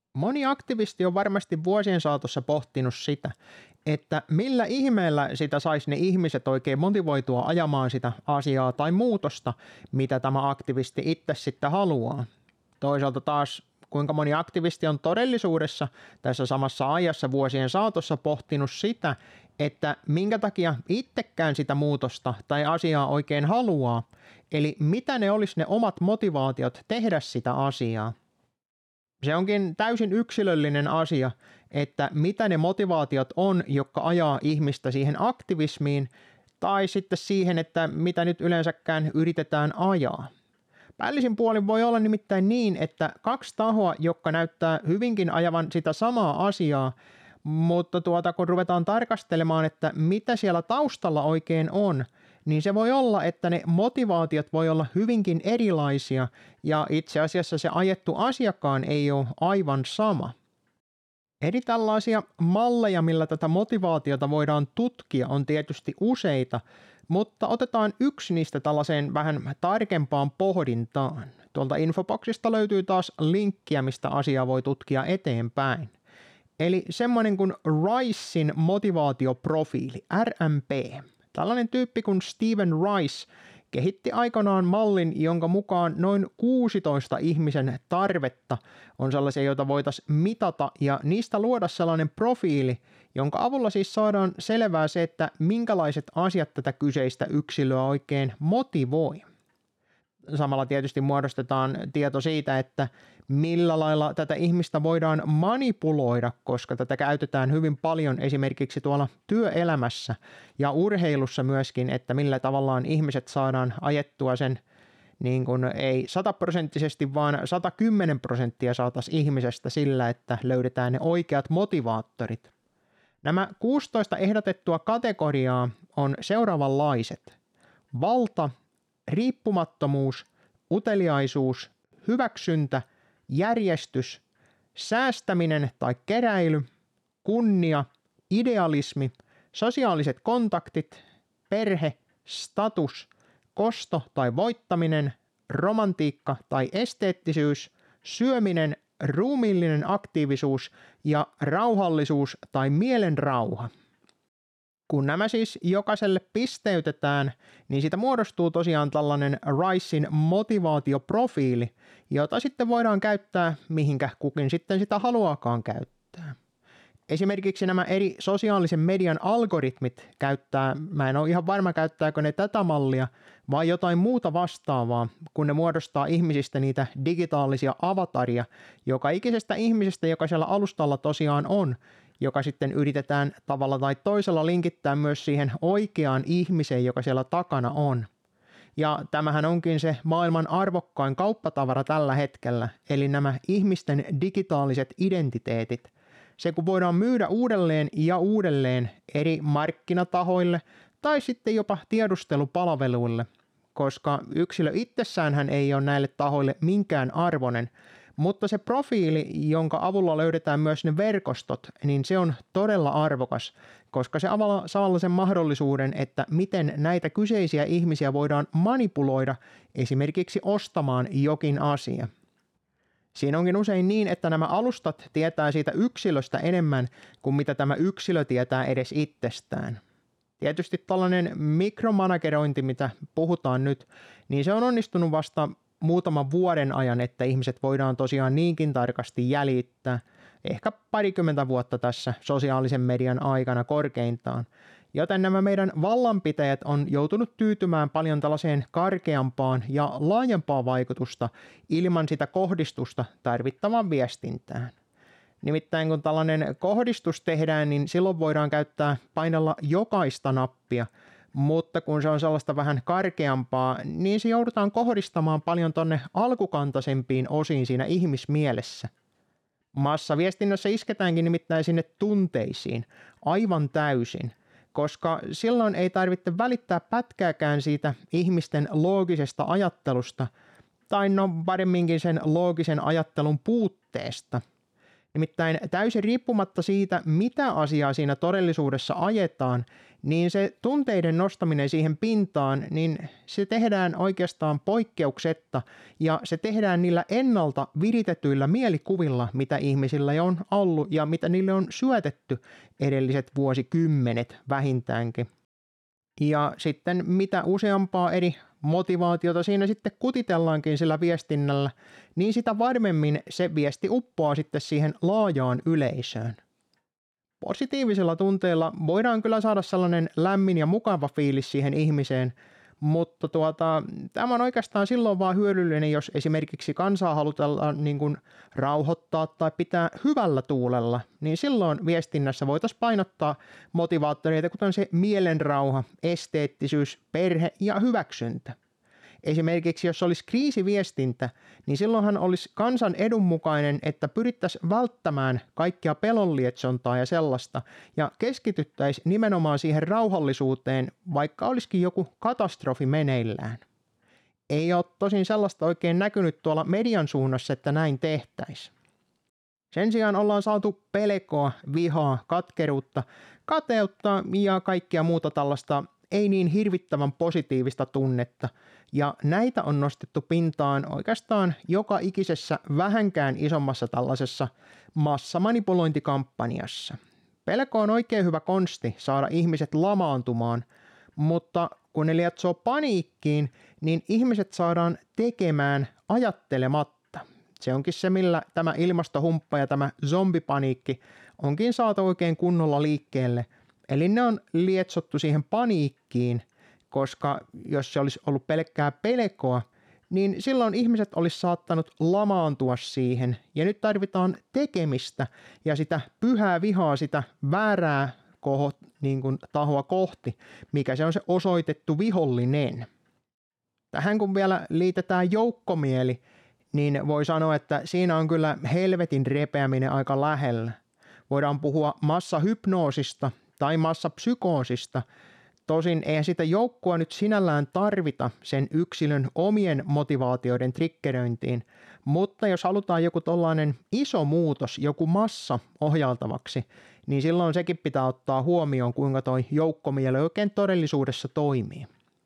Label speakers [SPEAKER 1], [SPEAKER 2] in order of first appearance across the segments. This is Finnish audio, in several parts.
[SPEAKER 1] Moni aktivisti on varmasti vuosien saatossa pohtinut sitä, että millä ihmeellä sitä saisi ne ihmiset oikein motivoitua ajamaan sitä asiaa tai muutosta, mitä tämä aktivisti itse sitten haluaa. Toisaalta taas, kuinka moni aktivisti on todellisuudessa tässä samassa ajassa vuosien saatossa pohtinut sitä, että minkä takia itsekään sitä muutosta tai asiaa oikein haluaa, eli mitä ne olisi ne omat motivaatiot tehdä sitä asiaa. Se onkin täysin yksilöllinen asia, että mitä ne motivaatiot on, jotka ajaa ihmistä siihen aktivismiin, tai sitten siihen, että mitä nyt yleensäkään yritetään ajaa. Päällisin puolin voi olla nimittäin niin, että kaksi tahoa, jotka näyttää hyvinkin ajavan sitä samaa asiaa, mutta kun ruvetaan tarkastelemaan, että mitä siellä taustalla oikein on, niin se voi olla, että ne motivaatiot voi olla hyvinkin erilaisia ja itse asiassa se ajettu asiakkaan ei ole aivan sama. Eri tällaisia malleja, millä tätä motivaatiota voidaan tutkia, on tietysti useita, mutta otetaan yksi niistä tällaiseen vähän tarkempaan pohdintaan. Tuolta infoboxista löytyy taas linkkiä, mistä asiaa voi tutkia eteenpäin. Eli semmoinen kuin Ricein motivaatioprofiili, RMP. Tällainen tyyppi kuin Steven Rice kehitti aikanaan mallin, jonka mukaan noin 16 ihmisen tarvetta on sellaisia, joita voitaisiin mitata ja niistä luoda sellainen profiili, jonka avulla siis saadaan selvää se, että minkälaiset asiat tätä kyseistä yksilöä oikein motivoi. Samalla tietysti muodostetaan tieto siitä, että millä lailla tätä ihmistä voidaan manipuloida, koska tätä käytetään hyvin paljon esimerkiksi tuolla työelämässä ja urheilussa myöskin, että millä tavallaan ihmiset saadaan ajettua sen niin kuin ei 100%, vaan 110% saataisiin ihmisestä sillä, että löydetään ne oikeat motivaattorit. Nämä 16 ehdotettua kategoriaa on seuraavanlaiset: valta, riippumattomuus, uteliaisuus, hyväksyntä, järjestys, säästäminen tai keräily, kunnia, idealismi, sosiaaliset kontaktit, perhe, status, kosto tai voittaminen, romantiikka tai esteettisyys, syöminen, ruumiillinen aktiivisuus ja rauhallisuus tai mielenrauha. Kun nämä siis jokaiselle pisteytetään, niin siitä muodostuu tosiaan tällainen Ricein motivaatioprofiili, jota sitten voidaan käyttää mihinkä kukin sitten sitä haluaakaan käyttää. Esimerkiksi nämä eri sosiaalisen median algoritmit käyttää, mä en ole ihan varma käyttääkö ne tätä mallia vai jotain muuta vastaavaa, kun ne muodostaa ihmisistä niitä digitaalisia avataria, joka ikisestä ihmisestä, joka siellä alustalla tosiaan on, joka sitten yritetään tavalla tai toisella linkittää myös siihen oikeaan ihmiseen, joka siellä takana on. Ja tämähän onkin se maailman arvokkain kauppatavara tällä hetkellä, eli nämä ihmisten digitaaliset identiteetit. Se kun voidaan myydä uudelleen ja uudelleen eri markkinatahoille tai sitten jopa tiedustelupalveluille, koska yksilö itsessäänhän ei ole näille tahoille minkään arvoinen, mutta se profiili, jonka avulla löydetään myös ne verkostot, niin se on todella arvokas, koska se avaa samalla sen mahdollisuuden, että miten näitä kyseisiä ihmisiä voidaan manipuloida esimerkiksi ostamaan jokin asia. Siinä onkin usein niin, että nämä alustat tietää siitä yksilöstä enemmän kuin mitä tämä yksilö tietää edes itsestään. Tietysti tällainen mikromanagerointi, mitä puhutaan nyt, niin se on onnistunut vasta muutaman vuoden ajan, että ihmiset voidaan tosiaan niinkin tarkasti jäljittää, ehkä 20 vuotta tässä sosiaalisen median aikana korkeintaan. Joten nämä meidän vallanpitäjät on joutunut tyytymään paljon tällaiseen karkeampaan ja laajempaa vaikutusta ilman sitä kohdistusta tarvittavaan viestintään. Nimittäin kun tällainen kohdistus tehdään, niin silloin voidaan käyttää painella jokaista nappia, mutta kun se on sellaista vähän karkeampaa, niin se joudutaan kohdistamaan paljon tonne alkukantaisempiin osiin siinä ihmismielessä. Massaviestinnässä isketäänkin nimittäin sinne tunteisiin aivan täysin, koska silloin ei tarvitse välittää pätkääkään siitä ihmisten loogisesta ajattelusta, tai no paremminkin sen loogisen ajattelun puutteesta. Nimittäin täysin riippumatta siitä, mitä asiaa siinä todellisuudessa ajetaan, niin se tunteiden nostaminen siihen pintaan, niin se tehdään oikeastaan poikkeuksetta ja se tehdään niillä ennalta viritetyillä mielikuvilla, mitä ihmisillä jo on ollut ja mitä niille on syötetty edelliset vuosikymmenet vähintäänkin. Ja sitten mitä useampaa eri motivaatiota siinä sitten kutitellaankin sillä viestinnällä, niin sitä varmemmin se viesti uppoaa sitten siihen laajaan yleisöön. Positiivisilla tunteilla voidaan kyllä saada sellainen lämmin ja mukava fiilis siihen ihmiseen, mutta tämä on oikeastaan silloin vaan hyödyllinen, jos esimerkiksi kansaa halutaan niin kuin rauhoittaa tai pitää hyvällä tuulella, niin silloin viestinnässä voitaisiin painottaa motivaattoreita, kuten se mielenrauha, esteettisyys, perhe ja hyväksyntä. Esimerkiksi jos olisi kriisiviestintä, niin silloinhan olisi kansan edun mukainen, että pyrittäisiin välttämään kaikkia pelonlietsontaa ja sellaista, ja keskityttäisiin nimenomaan siihen rauhallisuuteen, vaikka olisikin joku katastrofi meneillään. Ei ole tosin sellaista oikein näkynyt tuolla median suunnassa, että näin tehtäisiin. Sen sijaan ollaan saatu pelkoa, vihaa, katkeruutta, kateutta ja kaikkia muuta tällaista ei niin hirvittävän positiivista tunnetta, ja näitä on nostettu pintaan oikeastaan joka ikisessä vähänkään isommassa tällaisessa massamanipulointikampanjassa. Pelko on oikein hyvä konsti saada ihmiset lamaantumaan, mutta kun ne lietsoo paniikkiin, niin ihmiset saadaan tekemään ajattelematta. Se onkin se, millä tämä ilmastohumppa ja tämä zombipaniikki onkin saatu oikein kunnolla liikkeelle. Eli ne on lietsottu siihen paniikkiin, koska jos se olisi ollut pelkkää pelkoa, niin silloin ihmiset olisi saattanut lamaantua siihen. Ja nyt tarvitaan tekemistä ja sitä pyhää vihaa, sitä väärää tahoa kohti, mikä se on se osoitettu vihollinen. Tähän kun vielä liitetään joukkomieli, niin voi sanoa, että siinä on kyllä helvetin repeäminen aika lähellä. Voidaan puhua massahypnoosista tai massapsykoosista. Tosin eihän sitä joukkoa nyt sinällään tarvita sen yksilön omien motivaatioiden triggeröintiin, mutta jos halutaan joku tollainen iso muutos, joku massa ohjaltavaksi, niin silloin sekin pitää ottaa huomioon, kuinka toi joukkomieli oikein todellisuudessa toimii.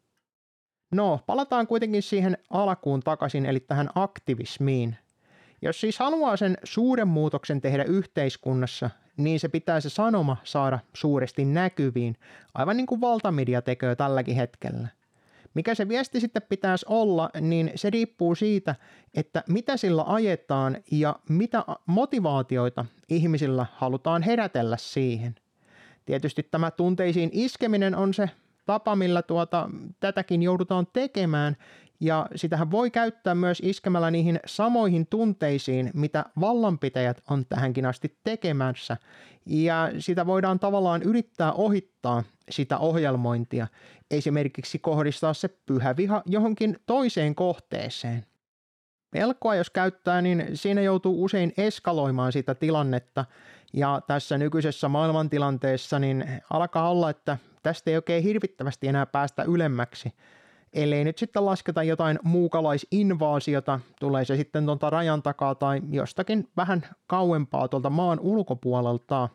[SPEAKER 1] No, palataan kuitenkin siihen alkuun takaisin, eli tähän aktivismiin. Jos siis haluaa sen suuren muutoksen tehdä yhteiskunnassa, niin se pitää se sanoma saada suuresti näkyviin, aivan niin kuin valtamedia tekee tälläkin hetkellä. Mikä se viesti sitten pitäisi olla, niin se riippuu siitä, että mitä sillä ajetaan ja mitä motivaatioita ihmisillä halutaan herätellä siihen. Tietysti tämä tunteisiin iskeminen on se tapa, millä tätäkin joudutaan tekemään, ja sitähän voi käyttää myös iskemällä niihin samoihin tunteisiin, mitä vallanpitäjät on tähänkin asti tekemässä, ja sitä voidaan tavallaan yrittää ohittaa sitä ohjelmointia, esimerkiksi kohdistaa se pyhä viha johonkin toiseen kohteeseen. Pelkoa jos käyttää, niin siinä joutuu usein eskaloimaan sitä tilannetta, ja tässä nykyisessä maailmantilanteessa niin alkaa olla, että tästä ei oikein hirvittävästi enää päästä ylemmäksi. Ellei nyt sitten lasketa jotain muukalaisinvaasiota, tulee se sitten tuolta rajan takaa tai jostakin vähän kauempaa tuolta maan ulkopuolelta.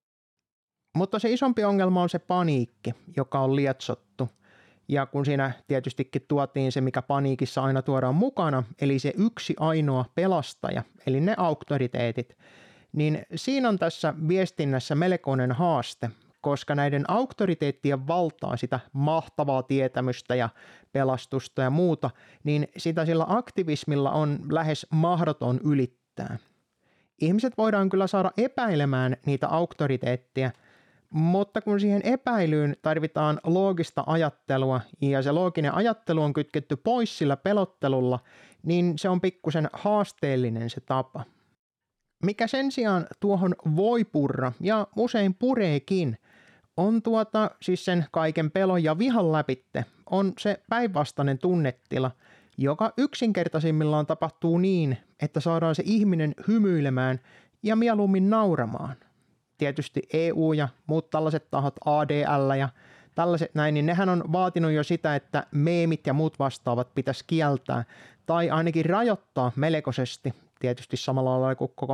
[SPEAKER 1] Mutta se isompi ongelma on se paniikki, joka on lietsottu. Ja kun siinä tietystikin tuotiin se, mikä paniikissa aina tuodaan mukana, eli se yksi ainoa pelastaja, eli ne auktoriteetit, niin siinä on tässä viestinnässä melkoinen haaste, koska näiden auktoriteettien valtaa, sitä mahtavaa tietämystä ja pelastusta ja muuta, niin sitä sillä aktivismilla on lähes mahdoton ylittää. Ihmiset voidaan kyllä saada epäilemään niitä auktoriteetteja, mutta kun siihen epäilyyn tarvitaan loogista ajattelua ja se looginen ajattelu on kytketty pois sillä pelottelulla, niin se on pikkusen haasteellinen se tapa. Mikä sen sijaan tuohon voi purra ja usein pureekin, on siis sen kaiken pelon ja vihan läpitte, on se päinvastainen tunnetila, joka yksinkertaisimmillaan tapahtuu niin, että saadaan se ihminen hymyilemään ja mieluummin nauramaan. Tietysti EU ja muut tällaiset tahot, ADL ja tällaiset näin, niin nehän on vaatinut jo sitä, että meemit ja muut vastaavat pitäisi kieltää tai ainakin rajoittaa melkoisesti, tietysti samalla lailla kuin koko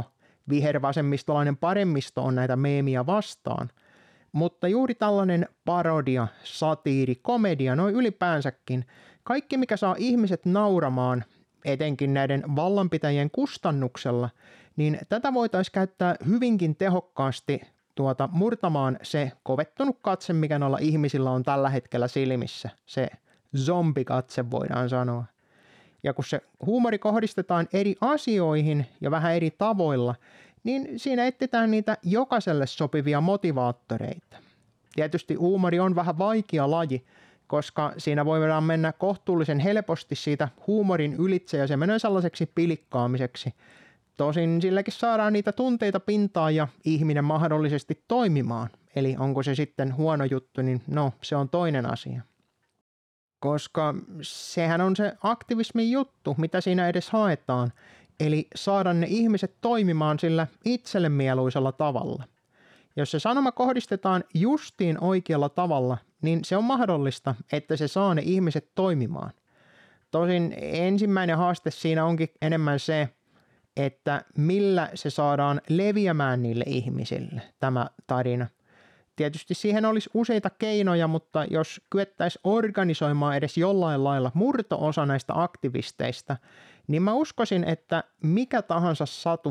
[SPEAKER 1] vihervasemmistolainen paremmisto on näitä meemiä vastaan. Mutta juuri tällainen parodia, satiiri, komedia, noin ylipäänsäkin, kaikki mikä saa ihmiset nauramaan, etenkin näiden vallanpitäjien kustannuksella, niin tätä voitaisiin käyttää hyvinkin tehokkaasti murtamaan se kovettunut katse, mikä noilla ihmisillä on tällä hetkellä silmissä. Se zombikatse voidaan sanoa. Ja kun se huumori kohdistetaan eri asioihin ja vähän eri tavoilla, niin siinä etsitään niitä jokaiselle sopivia motivaattoreita. Tietysti huumori on vähän vaikea laji, koska siinä voidaan mennä kohtuullisen helposti siitä huumorin ylitse ja se menee sellaiseksi pilikkaamiseksi. Tosin silläkin saadaan niitä tunteita pintaan ja ihminen mahdollisesti toimimaan. Eli onko se sitten huono juttu, niin no, se on toinen asia. Koska sehän on se aktivismin juttu, mitä siinä edes haetaan. Eli saada ne ihmiset toimimaan sillä itselle mieluisella tavalla. Jos se sanoma kohdistetaan justiin oikealla tavalla, niin se on mahdollista, että se saa ne ihmiset toimimaan. Tosin ensimmäinen haaste siinä onkin enemmän se, että millä se saadaan leviämään niille ihmisille, tämä tarina. Tietysti siihen olisi useita keinoja, mutta jos kyettäisiin organisoimaan edes jollain lailla murto-osa näistä aktivisteista, niin mä uskoisin, että mikä tahansa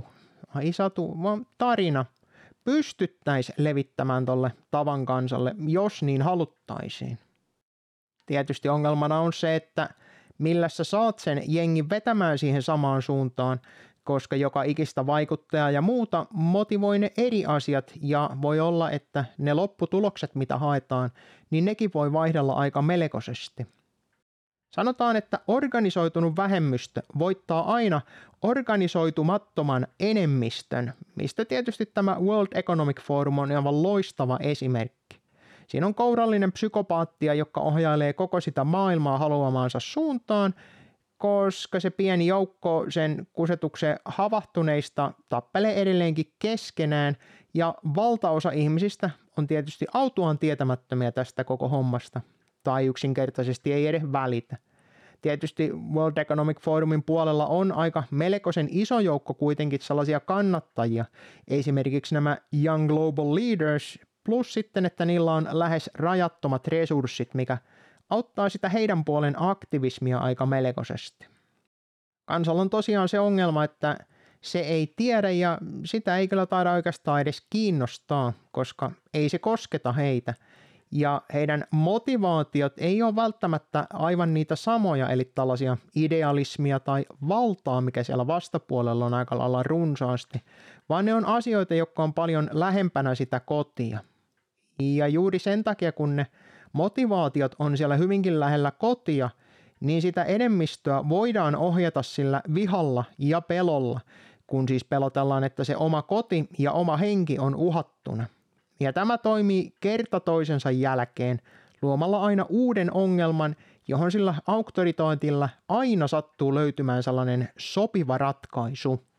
[SPEAKER 1] vaan tarina pystyttäisiin levittämään tolle tavan kansalle, jos niin haluttaisiin. Tietysti ongelmana on se, että millä sä saat sen jengin vetämään siihen samaan suuntaan, koska joka ikistä vaikuttajaa ja muuta motivoi ne eri asiat ja voi olla, että ne lopputulokset, mitä haetaan, niin nekin voi vaihdella aika melkoisesti. Sanotaan, että organisoitunut vähemmistö voittaa aina organisoitumattoman enemmistön, mistä tietysti tämä World Economic Forum on aivan loistava esimerkki. Siinä on kourallinen psykopaattia, joka ohjailee koko sitä maailmaa haluamaansa suuntaan, koska se pieni joukko sen kusetuksen havahtuneista tappelee edelleenkin keskenään ja valtaosa ihmisistä on tietysti autuaan tietämättömiä tästä koko hommasta tai yksinkertaisesti ei edes välitä. Tietysti World Economic Forumin puolella on aika melkoisen iso joukko kuitenkin sellaisia kannattajia, esimerkiksi nämä Young Global Leaders, plus sitten, että niillä on lähes rajattomat resurssit, mikä auttaa sitä heidän puolen aktivismia aika melkoisesti. Kansalla on tosiaan se ongelma, että se ei tiedä ja sitä ei kyllä taida oikeastaan edes kiinnostaa, koska ei se kosketa heitä. Ja heidän motivaatiot ei ole välttämättä aivan niitä samoja, eli tällaisia idealismia tai valtaa, mikä siellä vastapuolella on aika lailla runsaasti, vaan ne on asioita, jotka on paljon lähempänä sitä kotia. Ja juuri sen takia, kun ne motivaatiot on siellä hyvinkin lähellä kotia, niin sitä enemmistöä voidaan ohjata sillä vihalla ja pelolla, kun siis pelotellaan, että se oma koti ja oma henki on uhattuna. Ja tämä toimii kerta toisensa jälkeen luomalla aina uuden ongelman, johon sillä auktoritointilla aina sattuu löytymään sellainen sopiva ratkaisu.